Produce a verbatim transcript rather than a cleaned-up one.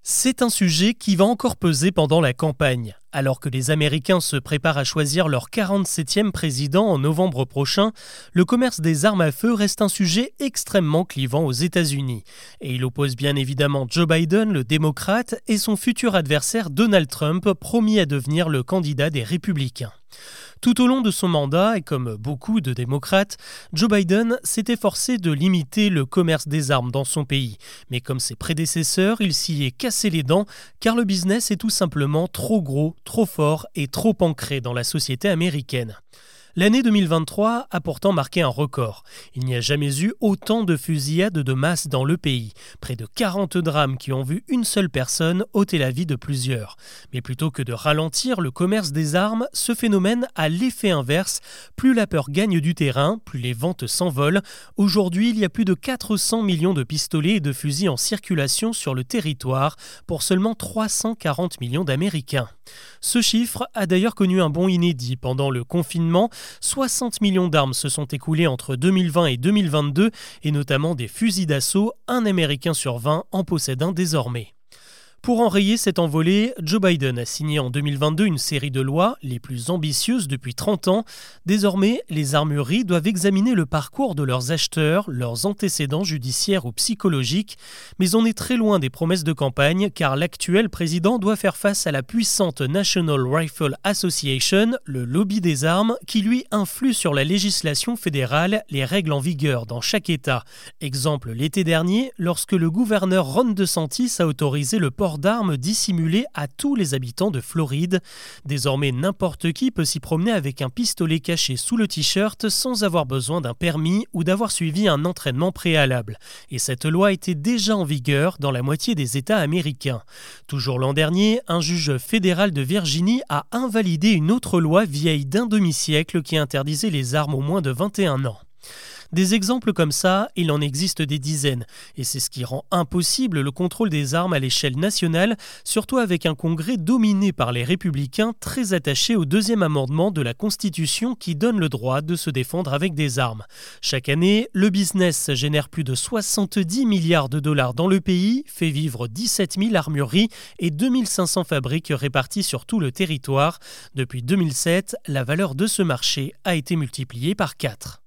C'est un sujet qui va encore peser pendant la campagne. Alors que les Américains se préparent à choisir leur quarante-septième président en novembre prochain, le commerce des armes à feu reste un sujet extrêmement clivant aux États-Unis. Et il oppose bien évidemment Joe Biden, le démocrate, et son futur adversaire Donald Trump, promis à devenir le candidat des républicains. Tout au long de son mandat, et comme beaucoup de démocrates, Joe Biden s'est efforcé de limiter le commerce des armes dans son pays. Mais comme ses prédécesseurs, il s'y est cassé les dents, car le business est tout simplement trop gros, trop fort et trop ancré dans la société américaine. L'année deux mille vingt-trois a pourtant marqué un record. Il n'y a jamais eu autant de fusillades de masse dans le pays. Près de quarante drames qui ont vu une seule personne ôter la vie de plusieurs. Mais plutôt que de ralentir le commerce des armes, ce phénomène a l'effet inverse. Plus la peur gagne du terrain, plus les ventes s'envolent. Aujourd'hui, il y a plus de quatre cents millions de pistolets et de fusils en circulation sur le territoire pour seulement trois cent quarante millions d'Américains. Ce chiffre a d'ailleurs connu un bond inédit pendant le confinement. soixante millions d'armes se sont écoulées entre deux mille vingt et deux mille vingt-deux, et notamment des fusils d'assaut, un Américain sur vingt en possède un désormais. Pour enrayer cette envolée, Joe Biden a signé en deux mille vingt-deux une série de lois, les plus ambitieuses depuis trente ans. Désormais, les armureries doivent examiner le parcours de leurs acheteurs, leurs antécédents judiciaires ou psychologiques. Mais on est très loin des promesses de campagne, car l'actuel président doit faire face à la puissante National Rifle Association, le lobby des armes, qui lui influe sur la législation fédérale, les règles en vigueur dans chaque État. Exemple l'été dernier, lorsque le gouverneur Ron DeSantis a autorisé le port d'armes dissimulées à tous les habitants de Floride. Désormais, n'importe qui peut s'y promener avec un pistolet caché sous le t-shirt sans avoir besoin d'un permis ou d'avoir suivi un entraînement préalable. Et cette loi était déjà en vigueur dans la moitié des États américains. Toujours l'an dernier, un juge fédéral de Virginie a invalidé une autre loi vieille d'un demi-siècle qui interdisait les armes aux moins de vingt et un ans. Des exemples comme ça, il en existe des dizaines. Et c'est ce qui rend impossible le contrôle des armes à l'échelle nationale, surtout avec un Congrès dominé par les républicains très attachés au deuxième amendement de la Constitution qui donne le droit de se défendre avec des armes. Chaque année, le business génère plus de soixante-dix milliards de dollars dans le pays, fait vivre dix-sept mille armureries et deux mille cinq cents fabriques réparties sur tout le territoire. Depuis deux mille sept, la valeur de ce marché a été multipliée par quatre.